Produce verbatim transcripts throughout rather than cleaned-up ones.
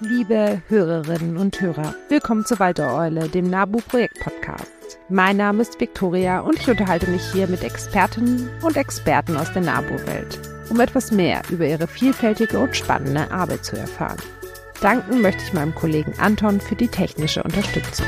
Liebe Hörerinnen und Hörer, willkommen zur Waldereule, dem NABU-Projekt-Podcast. Mein Name ist Viktoria und ich unterhalte mich hier mit Expertinnen und Experten aus der NABU-Welt, um etwas mehr über ihre vielfältige und spannende Arbeit zu erfahren. Danken möchte ich meinem Kollegen Anton für die technische Unterstützung.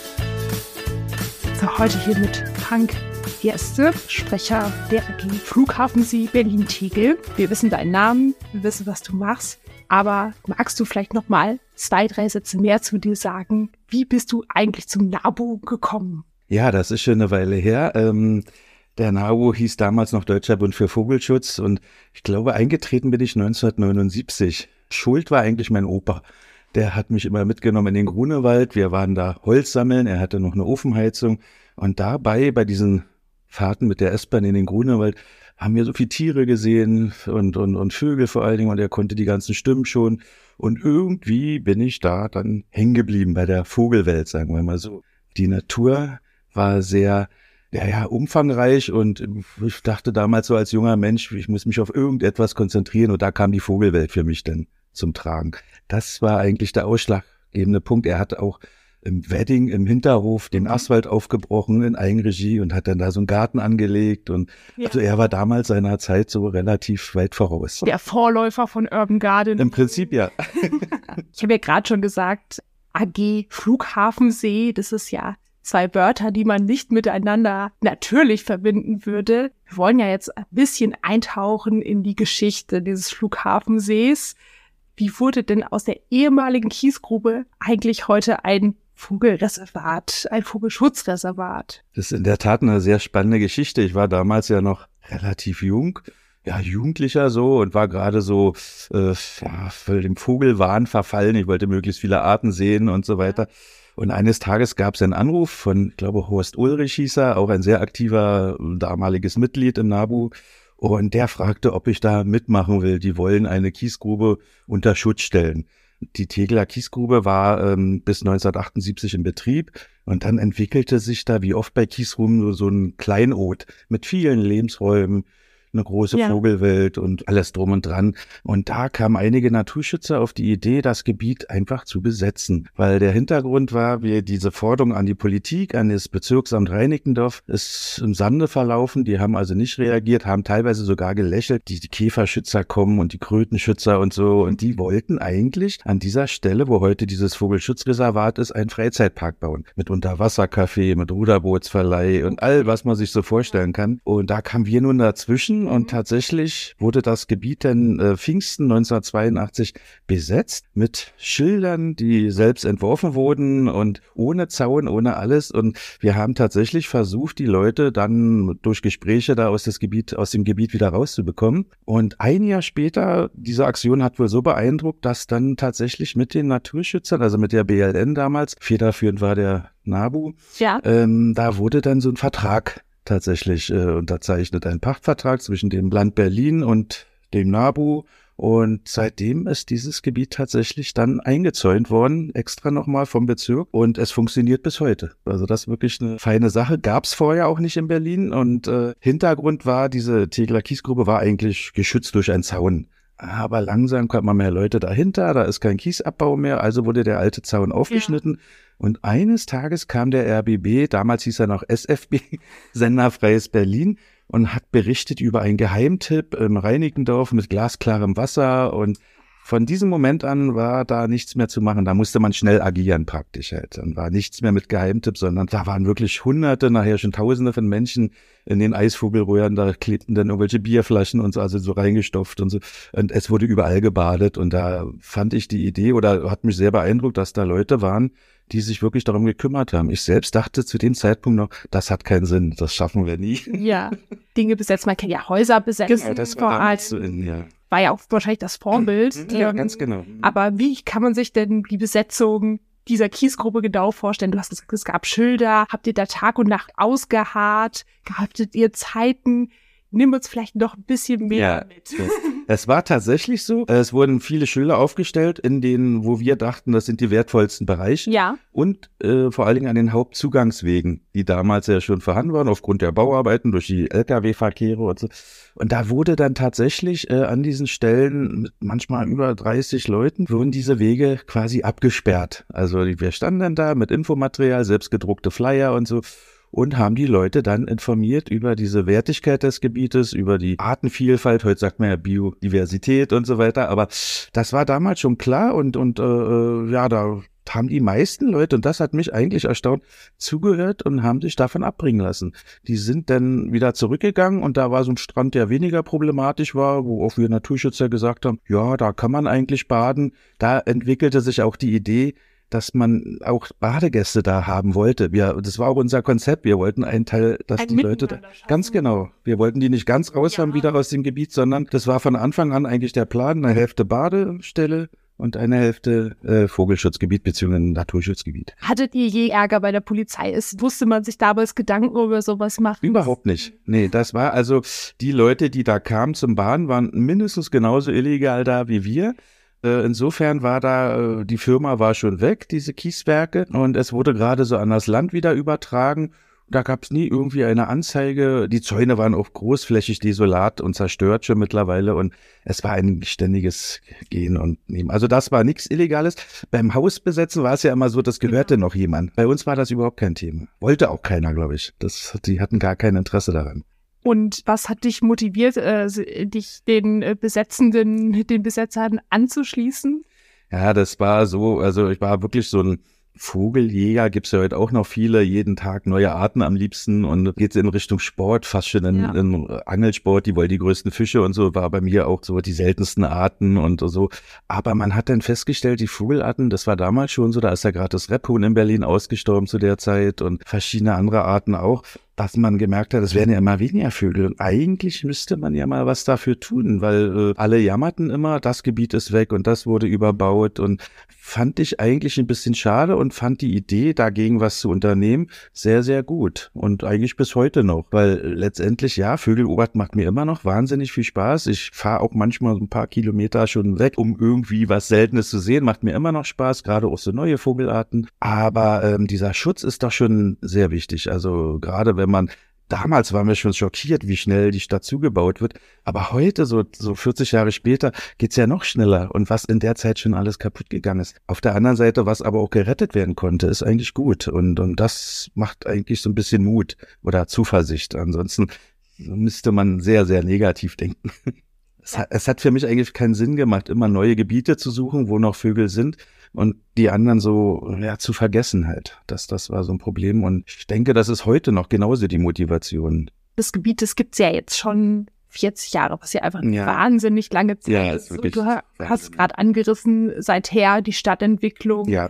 So, heute hier mit Frank Gerste, Sprecher der A G Flughafensee Berlin-Tegel. Wir wissen deinen Namen, wir wissen, was du machst. Aber magst du vielleicht noch mal zwei, drei Sätze mehr zu dir sagen? Wie bist du eigentlich zum NABU gekommen? Ja, das ist schon eine Weile her. Ähm, der NABU hieß damals noch Deutscher Bund für Vogelschutz und ich glaube, eingetreten bin ich neunzehnhundertneunundsiebzig. Schuld war eigentlich mein Opa. Der hat mich immer mitgenommen in den Grunewald. Wir waren da Holz sammeln. Er hatte noch eine Ofenheizung. Und dabei, bei diesen Fahrten mit der S-Bahn in den Grunewald, haben wir so viele Tiere gesehen und, und, und Vögel vor allen Dingen und er konnte die ganzen Stimmen schon. Und irgendwie bin ich da dann hängen geblieben bei der Vogelwelt, sagen wir mal so. Die Natur war sehr, ja, ja, umfangreich und ich dachte damals so als junger Mensch, ich muss mich auf irgendetwas konzentrieren und da kam die Vogelwelt für mich dann zum Tragen. Das war eigentlich der ausschlaggebende Punkt. Er hat auch im Wedding, im Hinterhof, den Asphalt aufgebrochen in Eigenregie und hat dann da so einen Garten angelegt. Und ja. Also er war damals seiner Zeit so relativ weit voraus. Der Vorläufer von Urban Garden. Im Prinzip ja. Ich habe ja gerade schon gesagt, A G Flughafensee, das ist ja zwei Wörter, die man nicht miteinander natürlich verbinden würde. Wir wollen ja jetzt ein bisschen eintauchen in die Geschichte dieses Flughafensees. Wie wurde denn aus der ehemaligen Kiesgrube eigentlich heute ein Vogelreservat, ein Vogelschutzreservat? Das ist in der Tat eine sehr spannende Geschichte. Ich war damals ja noch relativ jung, ja Jugendlicher so und war gerade so äh, ja, voll dem Vogelwahn verfallen. Ich wollte möglichst viele Arten sehen und so weiter. Und eines Tages gab es einen Anruf von, ich glaube, Horst Ulrich hieß er, auch ein sehr aktiver damaliges Mitglied im NABU. Und der fragte, ob ich da mitmachen will. Die wollen eine Kiesgrube unter Schutz stellen. Die Tegeler Kiesgrube war ähm, bis neunzehnhundertachtundsiebzig in Betrieb und dann entwickelte sich da, wie oft bei Kiesgruben, so, so ein Kleinod mit vielen Lebensräumen, eine große ja. Vogelwelt und alles drum und dran. Und da kamen einige Naturschützer auf die Idee, das Gebiet einfach zu besetzen. Weil der Hintergrund war, wie diese Forderung an die Politik, an das Bezirksamt Reinickendorf, ist im Sande verlaufen. Die haben also nicht reagiert, haben teilweise sogar gelächelt. Die, die Käferschützer kommen und die Krötenschützer und so. Und die wollten eigentlich an dieser Stelle, wo heute dieses Vogelschutzreservat ist, einen Freizeitpark bauen. Mit Unterwassercafé, mit Ruderbootsverleih und all, was man sich so vorstellen kann. Und da kamen wir nun dazwischen. Und tatsächlich wurde das Gebiet dann äh, Pfingsten neunzehnhundertzweiundachtzig besetzt mit Schildern, die selbst entworfen wurden und ohne Zaun, ohne alles. Und wir haben tatsächlich versucht, die Leute dann durch Gespräche da aus, das Gebiet, aus dem Gebiet wieder rauszubekommen. Und ein Jahr später, diese Aktion hat wohl so beeindruckt, dass dann tatsächlich mit den Naturschützern, also mit der B L N damals, federführend war der NABU, ja. ähm, da wurde dann so ein Vertrag tatsächlich äh, unterzeichnet, ein Pachtvertrag zwischen dem Land Berlin und dem NABU. Und seitdem ist dieses Gebiet tatsächlich dann eingezäunt worden, extra nochmal vom Bezirk. Und es funktioniert bis heute. Also das ist wirklich eine feine Sache. Gab es vorher auch nicht in Berlin. Und äh, Hintergrund war, diese Tegeler Kiesgrube war eigentlich geschützt durch einen Zaun. Aber langsam kommt man mehr Leute dahinter, da ist kein Kiesabbau mehr, also wurde der alte Zaun aufgeschnitten. Ja. Und eines Tages kam der R B B, damals hieß er noch S F B, Senderfreies Berlin, und hat berichtet über einen Geheimtipp im Reinickendorf mit glasklarem Wasser. Und von diesem Moment an war da nichts mehr zu machen. Da musste man schnell agieren praktisch halt. Dann war nichts mehr mit Geheimtipp, sondern da waren wirklich Hunderte, nachher schon Tausende von Menschen in den Eisvogelröhren. Da klebten dann irgendwelche Bierflaschen und so, also so reingestopft und so. Und es wurde überall gebadet. Und da fand ich die Idee oder hat mich sehr beeindruckt, dass da Leute waren, die sich wirklich darum gekümmert haben. Ich selbst dachte zu dem Zeitpunkt noch, das hat keinen Sinn, das schaffen wir nie. Ja, Dinge besetzt, man kann ja Häuser besetzen. Ja, das war damals so in, ja. War ja auch wahrscheinlich das Vorbild. Ja, ganz genau. Aber wie kann man sich denn die Besetzung dieser Kiesgrube genau vorstellen? Du hast gesagt, es gab Schilder. Habt ihr da Tag und Nacht ausgeharrt? Hattet ihr Zeiten? Nimm uns vielleicht noch ein bisschen mehr ja, mit. Ja. Es war tatsächlich so. Es wurden viele Schilder aufgestellt, in denen, wo wir dachten, das sind die wertvollsten Bereiche. Ja. Und äh, vor allen Dingen an den Hauptzugangswegen, die damals ja schon vorhanden waren, aufgrund der Bauarbeiten, durch die L K W-Verkehre und so. Und da wurde dann tatsächlich äh, an diesen Stellen mit manchmal über dreißig Leuten, wurden diese Wege quasi abgesperrt. Also wir standen dann da mit Infomaterial, selbstgedruckte Flyer und so. Und haben die Leute dann informiert über diese Wertigkeit des Gebietes, über die Artenvielfalt, heute sagt man ja Biodiversität und so weiter, aber das war damals schon klar und, und äh, ja, da haben die meisten Leute, und das hat mich eigentlich erstaunt, zugehört und haben sich davon abbringen lassen. Die sind dann wieder zurückgegangen und da war so ein Strand, der weniger problematisch war, wo auch wir Naturschützer gesagt haben, ja, da kann man eigentlich baden. Da entwickelte sich auch die Idee, dass man auch Badegäste da haben wollte. Wir, das war auch unser Konzept. Wir wollten einen Teil, dass Ein die Leute da, ganz genau, wir wollten die nicht ganz raus haben Ja. wieder aus dem Gebiet, sondern das war von Anfang an eigentlich der Plan, eine Hälfte Badestelle und eine Hälfte äh, Vogelschutzgebiet bzw. Naturschutzgebiet. Hattet ihr je Ärger bei der Polizei? Ist, musste man sich damals Gedanken über sowas machen? Überhaupt nicht. Nee, das war also, die Leute, die da kamen zum Baden, waren mindestens genauso illegal da wie wir. Insofern war da, die Firma war schon weg, diese Kieswerke, und es wurde gerade so an das Land wieder übertragen. Da gab es nie irgendwie eine Anzeige. Die Zäune waren auch großflächig desolat und zerstört schon mittlerweile und es war ein ständiges Gehen und Nehmen. Also das war nichts Illegales. Beim Hausbesetzen war es ja immer so, das gehörte noch jemand. Bei uns war das überhaupt kein Thema. Wollte auch keiner, glaube ich. Das, die hatten gar kein Interesse daran. Und was hat dich motiviert, äh, dich den äh, Besetzenden, den Besetzern anzuschließen? Ja, das war so, also ich war wirklich so ein Vogeljäger, gibt's ja heute auch noch viele, jeden Tag neue Arten am liebsten und geht's in Richtung Sport, fast schon in, Ja. in Angelsport, die wollen die größten Fische und so, war bei mir auch so die seltensten Arten und so. Aber man hat dann festgestellt, die Vogelarten, das war damals schon so, da ist ja gerade das Rebhuhn in Berlin ausgestorben zu der Zeit und verschiedene andere Arten auch, dass man gemerkt hat, es werden ja immer weniger Vögel und eigentlich müsste man ja mal was dafür tun, weil äh, alle jammerten immer, das Gebiet ist weg und das wurde überbaut und fand ich eigentlich ein bisschen schade und fand die Idee, dagegen was zu unternehmen, sehr, sehr gut und eigentlich bis heute noch, weil letztendlich, ja, Vögel beobachten macht mir immer noch wahnsinnig viel Spaß. Ich fahre auch manchmal ein paar Kilometer schon weg, um irgendwie was Seltenes zu sehen, macht mir immer noch Spaß, gerade auch so neue Vogelarten, aber ähm, dieser Schutz ist doch schon sehr wichtig, also gerade wenn man, damals waren wir schon schockiert, wie schnell die Stadt zugebaut wird, aber heute, so so vierzig Jahre später, geht's ja noch schneller und was in der Zeit schon alles kaputt gegangen ist. Auf der anderen Seite, was aber auch gerettet werden konnte, ist eigentlich gut und und das macht eigentlich so ein bisschen Mut oder Zuversicht. Ansonsten müsste man sehr, sehr negativ denken. Es hat, es hat für mich eigentlich keinen Sinn gemacht, immer neue Gebiete zu suchen, wo noch Vögel sind und die anderen so ja zu vergessen halt. Das, das war so ein Problem und ich denke, das ist heute noch genauso die Motivation. Das Gebiet, das gibt's ja jetzt schon vierzig Jahre, was ja einfach eine Ja. wahnsinnig lange Zeit Ja, ist. ist wirklich Du ha- Wahnsinn. hast gerade angerissen, seither die Stadtentwicklung. Ja,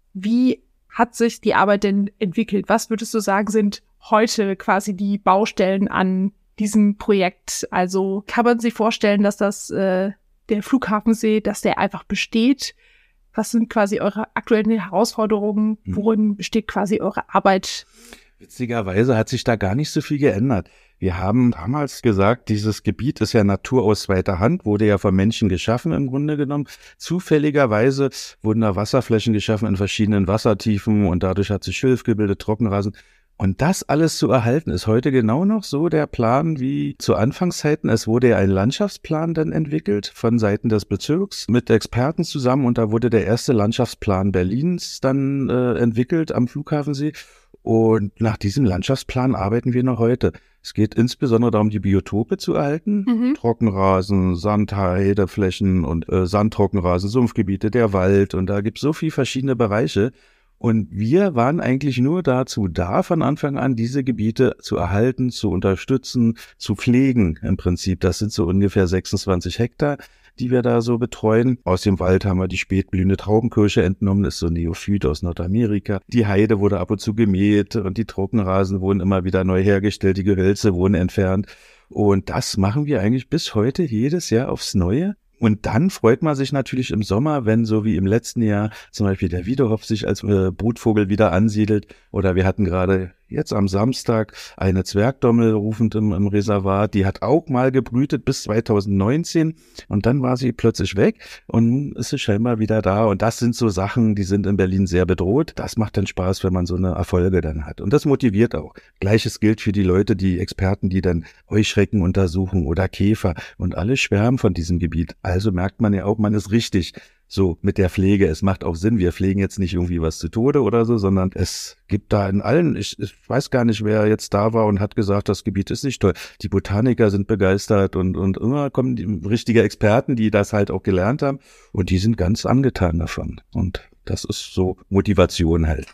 Wie hat sich die Arbeit denn entwickelt? Was würdest du sagen, sind heute quasi die Baustellen an diesem Projekt? Also kann man sich vorstellen, dass das äh, der Flughafensee, dass der einfach besteht? Was sind quasi eure aktuellen Herausforderungen? Mhm. Worin besteht quasi eure Arbeit? witzigerweise hat sich da gar nicht so viel geändert. Wir haben damals gesagt, dieses Gebiet ist ja Natur aus zweiter Hand, wurde ja vom Menschen geschaffen im Grunde genommen. Zufälligerweise wurden da Wasserflächen geschaffen in verschiedenen Wassertiefen und dadurch hat sich Schilf gebildet, Trockenrasen. Und das alles zu erhalten, ist heute genau noch so der Plan wie zu Anfangszeiten. Es wurde ja ein Landschaftsplan dann entwickelt von Seiten des Bezirks mit Experten zusammen und da wurde der erste Landschaftsplan Berlins dann äh, entwickelt am Flughafensee. Und nach diesem Landschaftsplan arbeiten wir noch heute. Es geht insbesondere darum, die Biotope zu erhalten. Mhm. Trockenrasen, Sandheideflächen und äh, Sandtrockenrasen, Sumpfgebiete, der Wald. Und da gibt es so viele verschiedene Bereiche. Und wir waren eigentlich nur dazu da, von Anfang an diese Gebiete zu erhalten, zu unterstützen, zu pflegen im Prinzip. Das sind so ungefähr sechsundzwanzig Hektar, die wir da so betreuen. Aus dem Wald haben wir die spätblühende Traubenkirsche entnommen, das ist so ein Neophyt aus Nordamerika. Die Heide wurde ab und zu gemäht und die Trockenrasen wurden immer wieder neu hergestellt, die Gehölze wurden entfernt. Und das machen wir eigentlich bis heute jedes Jahr aufs Neue. Und dann freut man sich natürlich im Sommer, wenn so wie im letzten Jahr zum Beispiel der Wiedehopf sich als äh, Brutvogel wieder ansiedelt. Oder wir hatten gerade jetzt am Samstag eine Zwergdommel rufend im, im Reservat. Die hat auch mal gebrütet bis zweitausendneunzehn und dann war sie plötzlich weg und ist sie scheinbar wieder da. Und das sind so Sachen, die sind in Berlin sehr bedroht. Das macht dann Spaß, wenn man so eine Erfolge dann hat. Und das motiviert auch. Gleiches gilt für die Leute, die Experten, die dann Heuschrecken untersuchen oder Käfer und alle schwärmen von diesem Gebiet. Also merkt man ja auch, man ist richtig. So mit der Pflege, es macht auch Sinn, wir pflegen jetzt nicht irgendwie was zu Tode oder so, sondern es gibt da in allen, ich, ich weiß gar nicht, wer jetzt da war und hat gesagt, das Gebiet ist nicht toll. Die Botaniker sind begeistert und, und immer kommen die richtige Experten, die das halt auch gelernt haben und die sind ganz angetan davon und das ist so Motivation halt.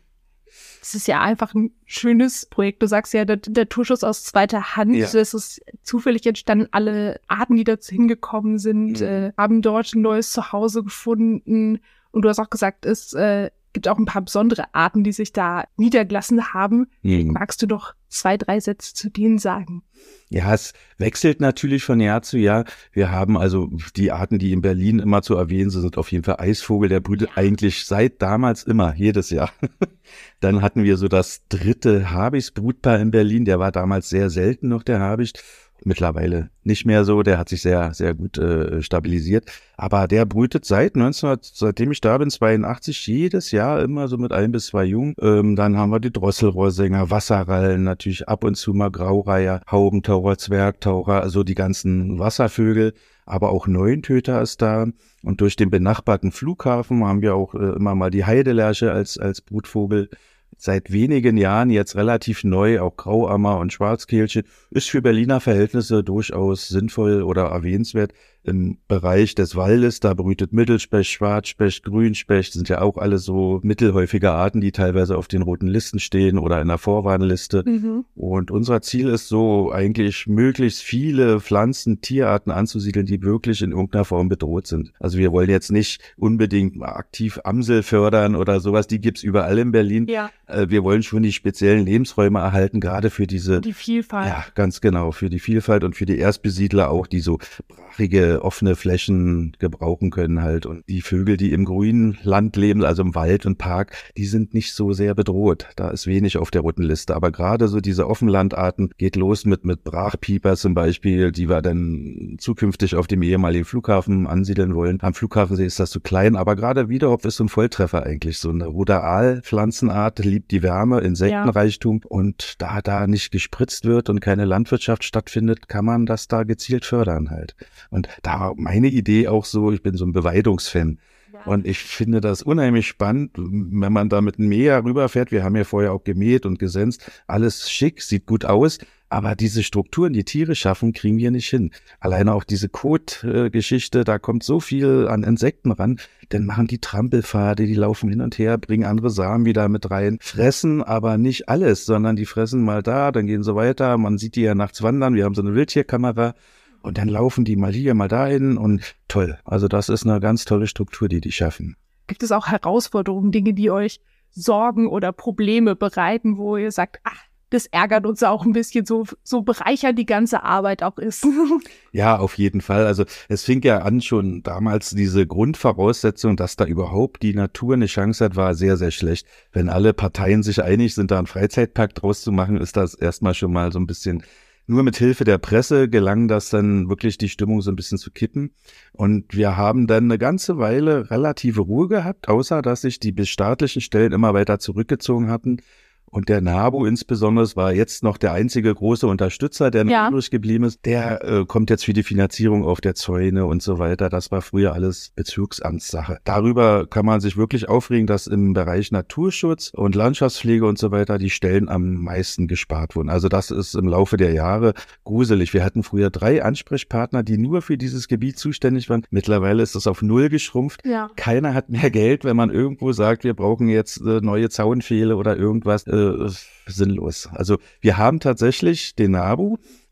Es ist ja einfach ein schönes Projekt. Du sagst ja, der, der Naturschuss aus zweiter Hand. Ja. Das ist zufällig entstanden. Alle Arten, die dazu hingekommen sind, mhm. äh, haben dort ein neues Zuhause gefunden. Und du hast auch gesagt, es äh, gibt auch ein paar besondere Arten, die sich da niedergelassen haben. Mhm. Magst du doch zwei, drei Sätze zu denen sagen? Ja, es wechselt natürlich von Jahr zu Jahr. Wir haben also die Arten, die in Berlin immer zu erwähnen sind, sind auf jeden Fall Eisvogel, der brütet ja. eigentlich seit damals immer, jedes Jahr. Dann hatten wir so das dritte Habichtsbrutpaar in Berlin, der war damals sehr selten noch, der Habicht. Mittlerweile nicht mehr so, der hat sich sehr, sehr gut äh, stabilisiert. Aber der brütet seit neunzehnhundert, seitdem ich da bin, zweiundachtzig, jedes Jahr immer so mit ein bis zwei Jungen. Ähm, dann haben wir die Drosselrohrsänger, Wasserrallen, natürlich ab und zu mal Graureiher, Haubentaucher, Zwergtaucher, also die ganzen Wasservögel. Aber auch Neuntöter ist da. Und durch den benachbarten Flughafen haben wir auch äh, immer mal die Heidelerche als, als Brutvogel. Seit wenigen Jahren jetzt relativ neu, auch Grauammer und Schwarzkehlchen, ist für Berliner Verhältnisse durchaus sinnvoll oder erwähnenswert. Im Bereich des Waldes, da brütet Mittelspecht, Schwarzspecht, Grünspecht, sind ja auch alle so mittelhäufige Arten, die teilweise auf den roten Listen stehen oder in der Vorwarnliste. Mhm. Und unser Ziel ist so eigentlich möglichst viele Pflanzen, Tierarten anzusiedeln, die wirklich in irgendeiner Form bedroht sind. Also wir wollen jetzt nicht unbedingt aktiv Amsel fördern oder sowas, die gibt's überall in Berlin. Ja. Wir wollen schon die speziellen Lebensräume erhalten, gerade für diese... Die Vielfalt. Ja, ganz genau, für die Vielfalt und für die Erstbesiedler auch, die so brachige, offene Flächen gebrauchen können halt. Und die Vögel, die im grünen Land leben, also im Wald und Park, die sind nicht so sehr bedroht. Da ist wenig auf der roten Liste. Aber gerade so diese Offenlandarten geht los mit mit Brachpieper zum Beispiel, die wir dann zukünftig auf dem ehemaligen Flughafen ansiedeln wollen. Am Flughafensee ist das zu klein, aber gerade Wiedehopf ist so ein Volltreffer eigentlich. So eine Ruderal-Pflanzenart, liebt die Wärme, Insektenreichtum. Ja. Und da da nicht gespritzt wird und keine Landwirtschaft stattfindet, kann man das da gezielt fördern halt. Und da war meine Idee auch so, ich bin so ein Beweidungsfan. Ja. Und ich finde das unheimlich spannend, wenn man da mit einem Mäher rüberfährt. Wir haben ja vorher auch gemäht und gesenzt. Alles schick, sieht gut aus. Aber diese Strukturen, die Tiere schaffen, kriegen wir nicht hin. Alleine auch diese Kot-Geschichte, da kommt so viel an Insekten ran. Dann machen die Trampelpfade, die laufen hin und her, bringen andere Samen wieder mit rein, fressen aber nicht alles, sondern die fressen mal da, dann gehen sie weiter. Man sieht die ja nachts wandern. Wir haben so eine Wildtierkamera. Und dann laufen die mal hier, mal dahin und toll. Also das ist eine ganz tolle Struktur, die die schaffen. Gibt es auch Herausforderungen, Dinge, die euch Sorgen oder Probleme bereiten, wo ihr sagt, ach, das ärgert uns auch ein bisschen, so, so bereichernd die ganze Arbeit auch ist? Ja, auf jeden Fall. Also es fing ja an schon damals, diese Grundvoraussetzung, dass da überhaupt die Natur eine Chance hat, war sehr, sehr schlecht. Wenn alle Parteien sich einig sind, da einen Freizeitpark draus zu machen, ist das erstmal schon mal so ein bisschen... Nur mit Hilfe der Presse gelang das dann wirklich, die Stimmung so ein bisschen zu kippen. Und wir haben dann eine ganze Weile relative Ruhe gehabt, außer dass sich die bis staatlichen Stellen immer weiter zurückgezogen hatten. Und der NABU insbesondere war jetzt noch der einzige große Unterstützer, der noch ja. übrig geblieben ist. Der äh, kommt jetzt für die Finanzierung auf der Zäune und so weiter. Das war früher alles Bezirksamtssache. Darüber kann man sich wirklich aufregen, dass im Bereich Naturschutz und Landschaftspflege und so weiter die Stellen am meisten gespart wurden. Also das ist im Laufe der Jahre gruselig. Wir hatten früher drei Ansprechpartner, die nur für dieses Gebiet zuständig waren. Mittlerweile ist das auf null geschrumpft. Ja. Keiner hat mehr Geld, wenn man irgendwo sagt, wir brauchen jetzt äh, neue Zaunpfähle oder irgendwas. Äh, sinnlos. Also wir haben tatsächlich den NABU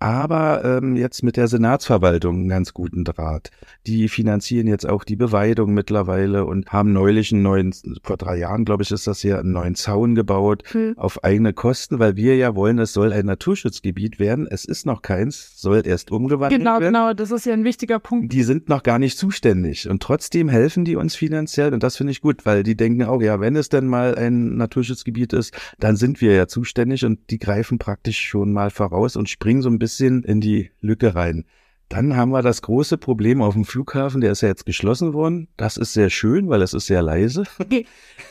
aber ähm, jetzt mit der Senatsverwaltung einen ganz guten Draht. Die finanzieren jetzt auch die Beweidung mittlerweile und haben neulich einen neuen, vor drei Jahren, glaube ich, ist das hier, einen neuen Zaun gebaut hm. auf eigene Kosten, weil wir ja wollen, es soll ein Naturschutzgebiet werden. Es ist noch keins, soll erst umgewandelt genau, werden. Genau, genau, das ist ja ein wichtiger Punkt. Die sind noch gar nicht zuständig und trotzdem helfen die uns finanziell und das finde ich gut, weil die denken auch, ja, wenn es denn mal ein Naturschutzgebiet ist, dann sind wir ja zuständig und die greifen praktisch schon mal voraus und springen so ein bisschen in die Lücke rein. Dann haben wir das große Problem auf dem Flughafen, der ist ja jetzt geschlossen worden. Das ist sehr schön, weil es ist sehr leise. Okay.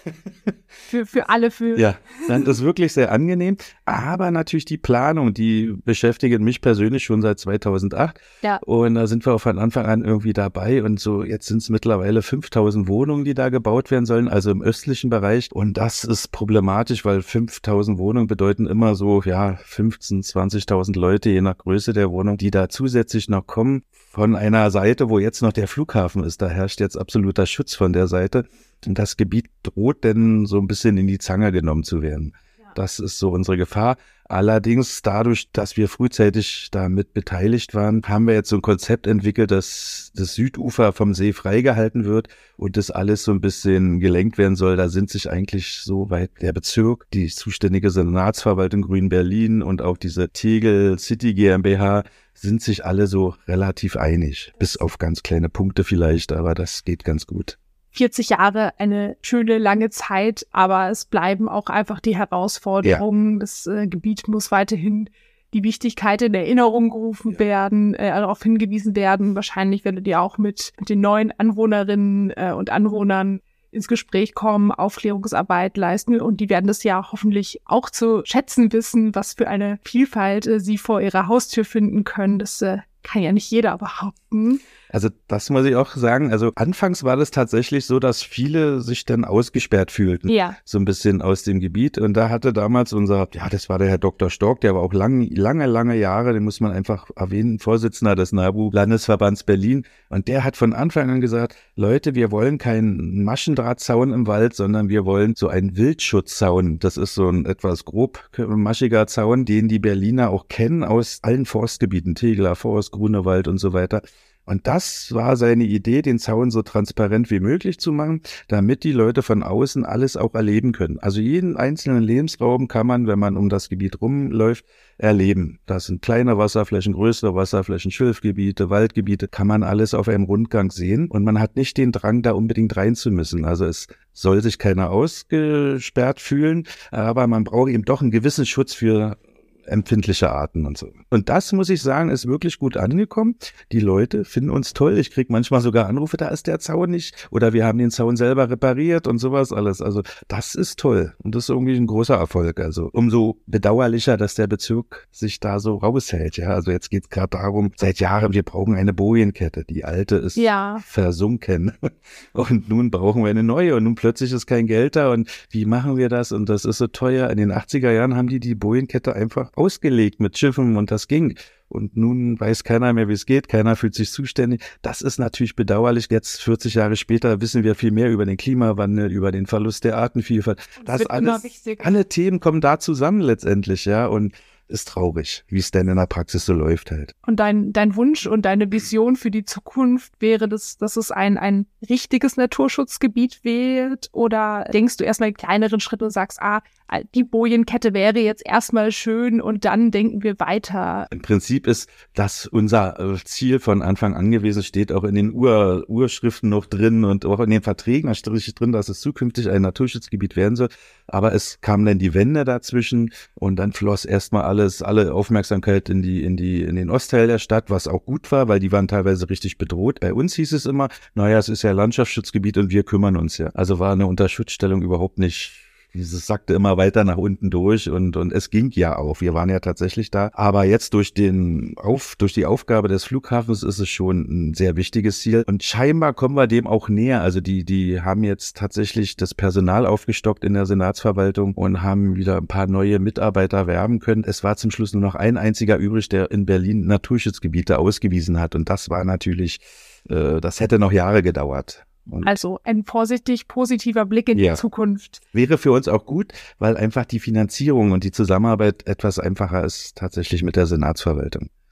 für, für alle. Für ja, das ist wirklich sehr angenehm. Aber natürlich die Planung, die beschäftigt mich persönlich schon seit zweitausendacht. Ja. Und da sind wir auch von Anfang an irgendwie dabei. Und so jetzt sind es mittlerweile fünftausend Wohnungen, die da gebaut werden sollen, also im östlichen Bereich. Und das ist problematisch, weil fünftausend Wohnungen bedeuten immer so, ja, fünfzehntausend, zwanzigtausend Leute, je nach Größe der Wohnung, die da zusätzlich noch kommen von einer Seite, wo jetzt noch der Flughafen ist. Da herrscht jetzt absoluter Schutz von der Seite. Und das Gebiet droht denn so ein bisschen in die Zange genommen zu werden. Ja. Das ist so unsere Gefahr. Allerdings dadurch, dass wir frühzeitig damit beteiligt waren, haben wir jetzt so ein Konzept entwickelt, dass das Südufer vom See freigehalten wird und das alles so ein bisschen gelenkt werden soll. Da sind sich eigentlich so weit der Bezirk, die zuständige Senatsverwaltung Grün-Berlin und auch diese Tegel City GmbH sind sich alle so relativ einig. Bis auf ganz kleine Punkte vielleicht, aber das geht ganz gut. vierzig Jahre, eine schöne, lange Zeit, aber es bleiben auch einfach die Herausforderungen. Ja. Das äh, Gebiet muss weiterhin die Wichtigkeit in Erinnerung gerufen ja. werden, äh, darauf hingewiesen werden. Wahrscheinlich werdet ihr auch mit, mit den neuen Anwohnerinnen äh, und Anwohnern ins Gespräch kommen, Aufklärungsarbeit leisten und die werden das ja hoffentlich auch zu schätzen wissen, was für eine Vielfalt äh, sie vor ihrer Haustür finden können. Das äh, kann ja nicht jeder behaupten. Also das muss ich auch sagen, also anfangs war das tatsächlich so, dass viele sich dann ausgesperrt fühlten, ja. so ein bisschen aus dem Gebiet und da hatte damals unser, ja das war der Herr Doktor Stork, der war auch lang, lange, lange Jahre, den muss man einfach erwähnen, Vorsitzender des NABU-Landesverbands Berlin und der hat von Anfang an gesagt, Leute, wir wollen keinen Maschendrahtzaun im Wald, sondern wir wollen so einen Wildschutzzaun, das ist so ein etwas grob maschiger Zaun, den die Berliner auch kennen aus allen Forstgebieten, Tegeler Forst, Grunewald und so weiter. Und das war seine Idee, den Zaun so transparent wie möglich zu machen, damit die Leute von außen alles auch erleben können. Also jeden einzelnen Lebensraum kann man, wenn man um das Gebiet rumläuft, erleben. Das sind kleine Wasserflächen, größere Wasserflächen, Schilfgebiete, Waldgebiete, kann man alles auf einem Rundgang sehen. Und man hat nicht den Drang, da unbedingt rein zu müssen. Also es soll sich keiner ausgesperrt fühlen, aber man braucht eben doch einen gewissen Schutz für empfindliche Arten und so. Und das, muss ich sagen, ist wirklich gut angekommen. Die Leute finden uns toll. Ich kriege manchmal sogar Anrufe, da ist der Zaun nicht. Oder wir haben den Zaun selber repariert und sowas alles. Also das ist toll. Und das ist irgendwie ein großer Erfolg. Also umso bedauerlicher, dass der Bezirk sich da so raushält. Ja, also jetzt geht es gerade darum, seit Jahren, wir brauchen eine Bojenkette. Die alte ist ja. versunken. Und nun brauchen wir eine neue. Und nun plötzlich ist kein Geld da. Und wie machen wir das? Und das ist so teuer. In den achtziger Jahren haben die die Bojenkette einfach ausgelegt mit Schiffen und das ging. Und nun weiß keiner mehr, wie es geht. Keiner fühlt sich zuständig. Das ist natürlich bedauerlich. Jetzt, vierzig Jahre später, wissen wir viel mehr über den Klimawandel, über den Verlust der Artenvielfalt. Das, das alles, alle Themen kommen da zusammen letztendlich, ja. Und ist traurig, wie es denn in der Praxis so läuft halt. Und dein, dein Wunsch und deine Vision für die Zukunft wäre, das, dass es ein, ein richtiges Naturschutzgebiet wird? Oder denkst du erstmal in kleineren Schritten und sagst, ah, die Bojenkette wäre jetzt erstmal schön und dann denken wir weiter? Im Prinzip ist das unser Ziel von Anfang an gewesen, steht auch in den Ur, Urschriften noch drin und auch in den Verträgen, da steht drin, dass es zukünftig ein Naturschutzgebiet werden soll. Aber es kam dann die Wende dazwischen und dann floss erstmal alles, alle Aufmerksamkeit in die, in die, in den Ostteil der Stadt, was auch gut war, weil die waren teilweise richtig bedroht. Bei uns hieß es immer, naja, es ist ja Landschaftsschutzgebiet und wir kümmern uns ja. Also war eine Unterschutzstellung überhaupt nicht. Dieses sackte immer weiter nach unten durch und und es ging ja auch. Wir waren ja tatsächlich da. Aber jetzt durch den auf durch die Aufgabe des Flughafens ist es schon ein sehr wichtiges Ziel. Und scheinbar kommen wir dem auch näher. Also die die haben jetzt tatsächlich das Personal aufgestockt in der Senatsverwaltung und haben wieder ein paar neue Mitarbeiter werben können. Es war zum Schluss nur noch ein einziger übrig, der in Berlin Naturschutzgebiete ausgewiesen hat. Und das war natürlich, äh, das hätte noch Jahre gedauert. Und also ein vorsichtig positiver Blick in ja. die Zukunft. Wäre für uns auch gut, weil einfach die Finanzierung und die Zusammenarbeit etwas einfacher ist tatsächlich mit der Senatsverwaltung.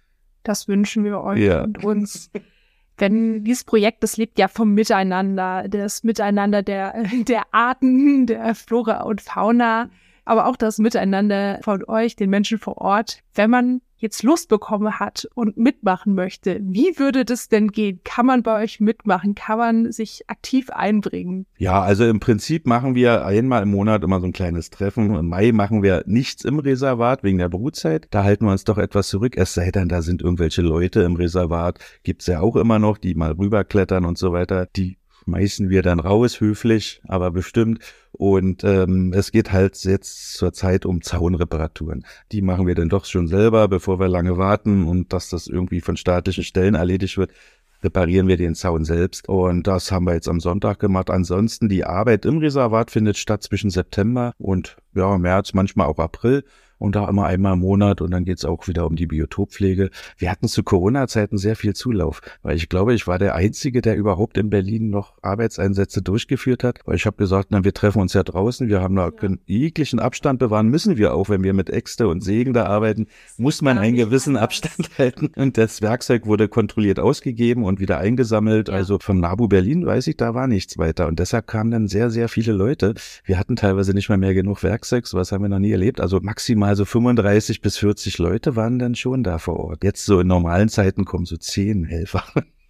Das wünschen wir euch Ja. und uns. Denn dieses Projekt, das lebt ja vom Miteinander, das Miteinander der, der Arten, der Flora und Fauna, aber auch das Miteinander von euch, den Menschen vor Ort. Wenn man jetzt Lust bekommen hat und mitmachen möchte, wie würde das denn gehen? Kann man bei euch mitmachen? Kann man sich aktiv einbringen? Ja, also im Prinzip machen wir einmal im Monat immer so ein kleines Treffen. Im Mai machen wir nichts im Reservat wegen der Brutzeit. Da halten wir uns doch etwas zurück. Es sei denn, da sind irgendwelche Leute im Reservat. Gibt's ja auch immer noch, die mal rüberklettern und so weiter. Die schmeißen wir dann raus, höflich, aber bestimmt. Und ähm, es geht halt jetzt zur Zeit um Zaunreparaturen. Die machen wir dann doch schon selber, bevor wir lange warten und dass das irgendwie von staatlichen Stellen erledigt wird. Reparieren wir den Zaun selbst und das haben wir jetzt am Sonntag gemacht. Ansonsten die Arbeit im Reservat findet statt zwischen September und ja März, manchmal auch April und da immer einmal im Monat und dann geht's auch wieder um die Biotoppflege. Wir hatten zu Corona-Zeiten sehr viel Zulauf, weil ich glaube, ich war der Einzige, der überhaupt in Berlin noch Arbeitseinsätze durchgeführt hat, weil ich habe gesagt, na, wir treffen uns ja draußen, wir haben da können jeglichen Abstand bewahren, müssen wir auch, wenn wir mit Äxte und Sägen da arbeiten, muss man einen gewissen Abstand halten und das Werkzeug wurde kontrolliert ausgegeben und wieder eingesammelt, Ja. also vom NABU Berlin weiß ich, da war nichts weiter und deshalb kamen dann sehr, sehr viele Leute. Wir hatten teilweise nicht mal mehr genug Werkzeug, sowas haben wir noch nie erlebt, also maximal so fünfunddreißig bis vierzig Leute waren dann schon da vor Ort. Jetzt so in normalen Zeiten kommen so zehn Helfer.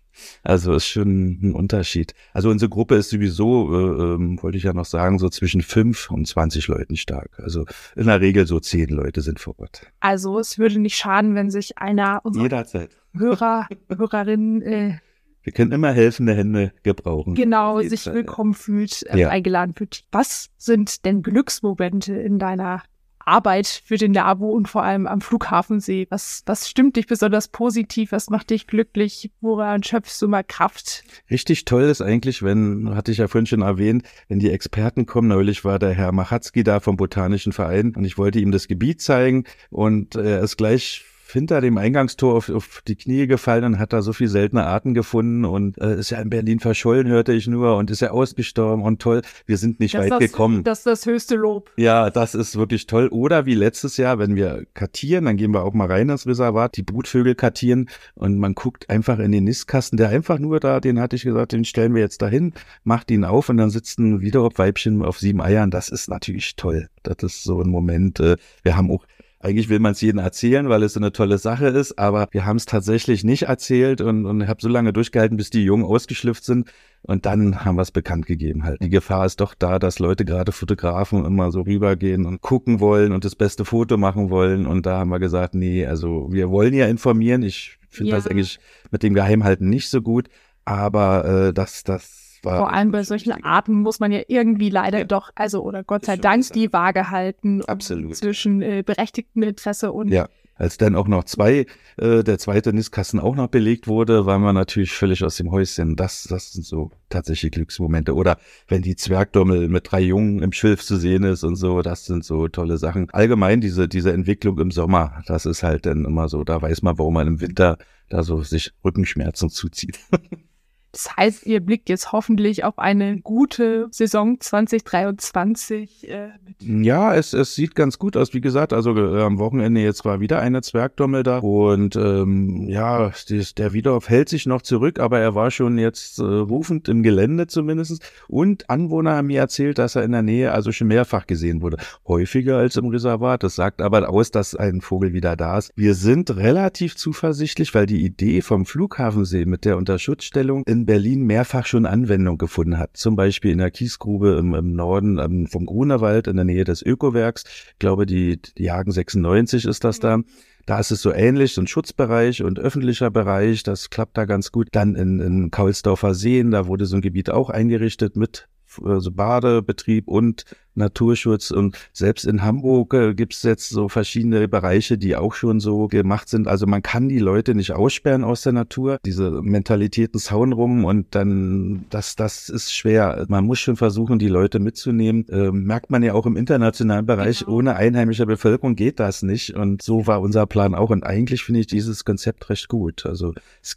Also ist schon ein Unterschied. Also unsere Gruppe ist sowieso, äh, ähm, wollte ich ja noch sagen, so zwischen fünf und zwanzig Leuten stark. Also in der Regel so zehn Leute sind vor Ort. Also es würde nicht schaden, wenn sich einer unserer Jederzeit. Hörer, Hörerinnen äh, Wir können immer helfende Hände gebrauchen. genau Auf jeden sich Fall. willkommen fühlt, äh, Ja. eingeladen fühlt. Was sind denn Glücksmomente in deiner Arbeit für den NABU und vor allem am Flughafensee? Was, was stimmt dich besonders positiv? Was macht dich glücklich? Woran schöpfst du mal Kraft? Richtig toll ist eigentlich, wenn, hatte ich ja vorhin schon erwähnt, wenn die Experten kommen. Neulich war der Herr Machatzky da vom Botanischen Verein und ich wollte ihm das Gebiet zeigen und er ist gleich hinter dem Eingangstor auf, auf die Knie gefallen und hat da so viel seltene Arten gefunden und äh, ist ja in Berlin verschollen, hörte ich nur, und ist ja ausgestorben und toll. Wir sind nicht Das weit ist das, gekommen. Das ist das höchste Lob. Ja, das ist wirklich toll. Oder wie letztes Jahr, wenn wir kartieren, dann gehen wir auch mal rein ins Reservat, die Brutvögel kartieren und man guckt einfach in den Nistkasten, der einfach nur da, den hatte ich gesagt, den stellen wir jetzt dahin, macht ihn auf und dann sitzt ein Widerop-Weibchen auf sieben Eiern. Das ist natürlich toll. Das ist so ein Moment. Äh, wir haben auch Eigentlich will man es jedem erzählen, weil es so eine tolle Sache ist, aber wir haben es tatsächlich nicht erzählt und, und habe so lange durchgehalten, bis die Jungen ausgeschlüpft sind und dann haben wir es bekannt gegeben halt. Die Gefahr ist doch da, dass Leute, gerade Fotografen, immer so rübergehen und gucken wollen und das beste Foto machen wollen und da haben wir gesagt, nee, also wir wollen ja informieren. Ich finde Ja. das eigentlich mit dem Geheimhalten nicht so gut, aber äh, das, das war Vor allem bei solchen Arten muss man ja irgendwie leider Ja. doch, also oder Gott sei Ist schon Dank, besser. die Waage halten Absolut. zwischen äh, berechtigtem Interesse und Ja, als dann auch noch zwei, äh, der zweite Nistkasten auch noch belegt wurde, waren wir natürlich völlig aus dem Häuschen. Das, das sind so tatsächlich Glücksmomente. Oder wenn die Zwergdommel mit drei Jungen im Schilf zu sehen ist und so, das sind so tolle Sachen. Allgemein diese, diese Entwicklung im Sommer, das ist halt dann immer so, da weiß man, warum man im Winter da so sich Rückenschmerzen zuzieht. das heißt, ihr blickt jetzt hoffentlich auf eine gute Saison zwanzig dreiundzwanzig. Äh, mit Ja, es, es sieht ganz gut aus. Wie gesagt, also äh, am Wochenende jetzt war wieder eine Zwergdommel da und ähm, ja, dies, der Wiedorf hält sich noch zurück, aber er war schon jetzt äh, rufend im Gelände zumindest und Anwohner haben mir erzählt, dass er in der Nähe also schon mehrfach gesehen wurde. Häufiger als im Reservat. Das sagt aber aus, dass ein Vogel wieder da ist. Wir sind relativ zuversichtlich, weil die Idee vom Flughafensee mit der Unterschutzstellung in Berlin mehrfach schon Anwendung gefunden hat. Zum Beispiel in der Kiesgrube im, im Norden ähm, vom Grunewald in der Nähe des Ökowerks. Ich glaube, die, die Jagen sechsundneunzig ist das da. Da ist es so ähnlich, so ein Schutzbereich und öffentlicher Bereich. Das klappt da ganz gut. Dann in, in Kaulsdorfer Seen, da wurde so ein Gebiet auch eingerichtet mit also Badebetrieb und Naturschutz und selbst in Hamburg äh, gibt es jetzt so verschiedene Bereiche, die auch schon so gemacht sind. Also man kann die Leute nicht aussperren aus der Natur. Diese Mentalitäten Zaun rum und dann, das, das ist schwer. Man muss schon versuchen, die Leute mitzunehmen. Ähm, merkt man ja auch im internationalen Bereich, Genau. ohne einheimische Bevölkerung geht das nicht. Und so war unser Plan auch. Und eigentlich finde ich dieses Konzept recht gut. Also es gibt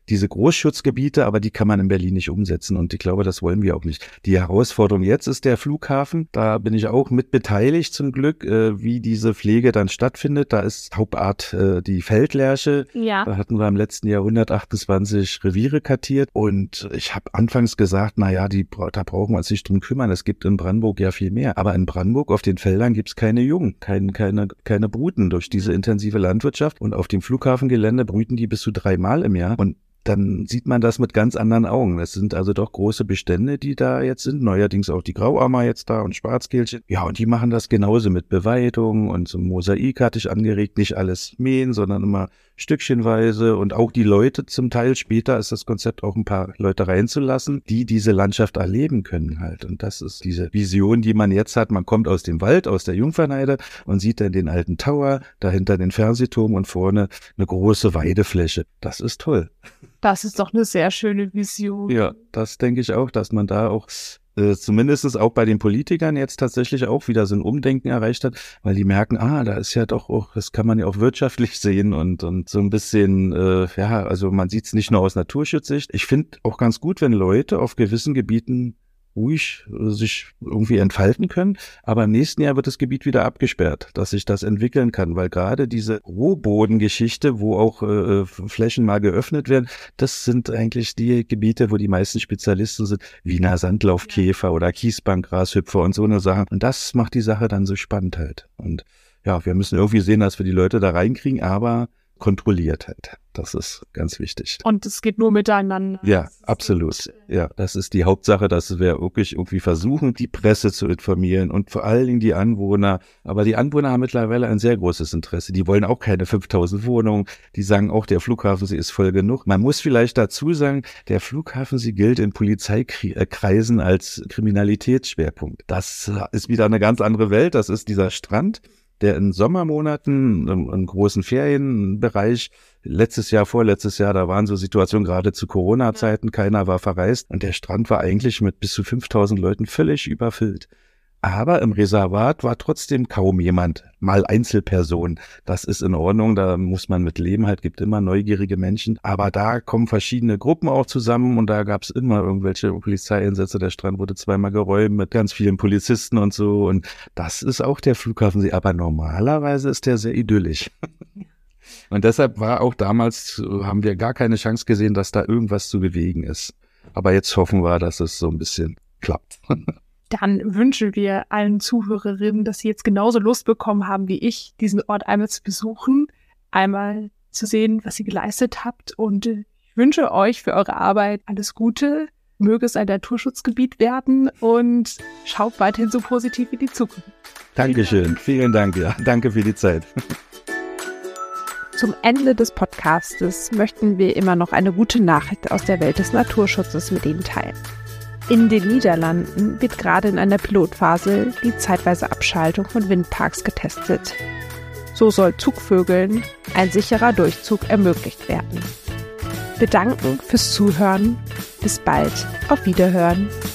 diese Großschutzgebiete, aber die kann man in Berlin nicht umsetzen und ich glaube, das wollen wir auch nicht. Die Herausforderung jetzt ist der Flughafen, da bin ich auch mit beteiligt zum Glück, äh, wie diese Pflege dann stattfindet. Da ist Hauptart äh, die Feldlerche, Ja. Da hatten wir im letzten Jahr hundertachtundzwanzig Reviere kartiert und ich habe anfangs gesagt, na ja, die, da brauchen wir uns nicht drum kümmern, es gibt in Brandenburg ja viel mehr, aber in Brandenburg auf den Feldern gibt es keine Jungen, kein, keine, keine Bruten durch diese intensive Landwirtschaft und auf dem Flughafengelände brüten die bis zu dreimal im Jahr und dann sieht man das mit ganz anderen Augen. Das sind also doch große Bestände, die da jetzt sind. Neuerdings auch die Grauammer jetzt da und Schwarzkehlchen. Ja, und die machen das genauso mit Beweidung und so Mosaik hatte ich angeregt. Nicht alles mähen, sondern immer stückchenweise und auch die Leute zum Teil. Später ist das Konzept auch ein paar Leute reinzulassen, die diese Landschaft erleben können halt. Und das ist diese Vision, die man jetzt hat. Man kommt aus dem Wald, aus der Jungfernheide und sieht dann den alten Tower, dahinter den Fernsehturm und vorne eine große Weidefläche. Das ist toll. Das ist doch eine sehr schöne Vision. Ja, das denke ich auch, dass man da auch äh, zumindest auch bei den Politikern jetzt tatsächlich auch wieder so ein Umdenken erreicht hat, weil die merken, ah, da ist ja doch auch, das kann man ja auch wirtschaftlich sehen und und so ein bisschen, äh, ja, also man sieht es nicht nur aus Naturschutzsicht. Ich finde auch ganz gut, wenn Leute auf gewissen Gebieten ruhig äh, sich irgendwie entfalten können, aber im nächsten Jahr wird das Gebiet wieder abgesperrt, dass sich das entwickeln kann, weil gerade diese Rohbodengeschichte, wo auch äh, Flächen mal geöffnet werden, das sind eigentlich die Gebiete, wo die meisten Spezialisten sind, Wiener Sandlaufkäfer oder Kiesbankgrashüpfer und so eine Sache. Und das macht die Sache dann so spannend halt. Und ja, wir müssen irgendwie sehen, dass wir die Leute da reinkriegen, aber kontrolliert halt. Das ist ganz wichtig. Und es geht nur miteinander. Ja, absolut. Ja, das ist die Hauptsache, dass wir wirklich irgendwie versuchen, die Presse zu informieren und vor allen Dingen die Anwohner. Aber die Anwohner haben mittlerweile ein sehr großes Interesse. Die wollen auch keine fünftausend Wohnungen. Die sagen auch, der Flughafensee ist voll genug. Man muss vielleicht dazu sagen, der Flughafensee gilt in Polizeikreisen als Kriminalitätsschwerpunkt. Das ist wieder eine ganz andere Welt. Das ist dieser Strand, der in Sommermonaten im, im großen Ferienbereich, letztes Jahr, vorletztes Jahr, da waren so Situationen, gerade zu Corona-Zeiten, keiner war verreist und der Strand war eigentlich mit bis zu fünftausend Leuten völlig überfüllt. Aber im Reservat war trotzdem kaum jemand, mal Einzelpersonen. Das ist in Ordnung, da muss man mit leben, halt gibt immer neugierige Menschen. Aber da kommen verschiedene Gruppen auch zusammen und da gab es immer irgendwelche Polizeieinsätze. Der Strand wurde zweimal geräumt mit ganz vielen Polizisten und so. Und das ist auch der Flughafensee. Aber normalerweise ist der sehr idyllisch. Und deshalb war auch damals, haben wir gar keine Chance gesehen, dass da irgendwas zu bewegen ist. Aber jetzt hoffen wir, dass es so ein bisschen klappt. Dann wünschen wir allen Zuhörerinnen, dass sie jetzt genauso Lust bekommen haben wie ich, diesen Ort einmal zu besuchen, einmal zu sehen, was ihr geleistet habt. Und ich wünsche euch für eure Arbeit alles Gute. Möge es ein Naturschutzgebiet werden und schaut weiterhin so positiv in die Zukunft. Dankeschön. Vielen Dank. Ja, danke für die Zeit. Zum Ende des Podcastes möchten wir immer noch eine gute Nachricht aus der Welt des Naturschutzes mit Ihnen teilen. In den Niederlanden wird gerade in einer Pilotphase die zeitweise Abschaltung von Windparks getestet. So soll Zugvögeln ein sicherer Durchzug ermöglicht werden. Wir danken fürs Zuhören. Bis bald. Auf Wiederhören.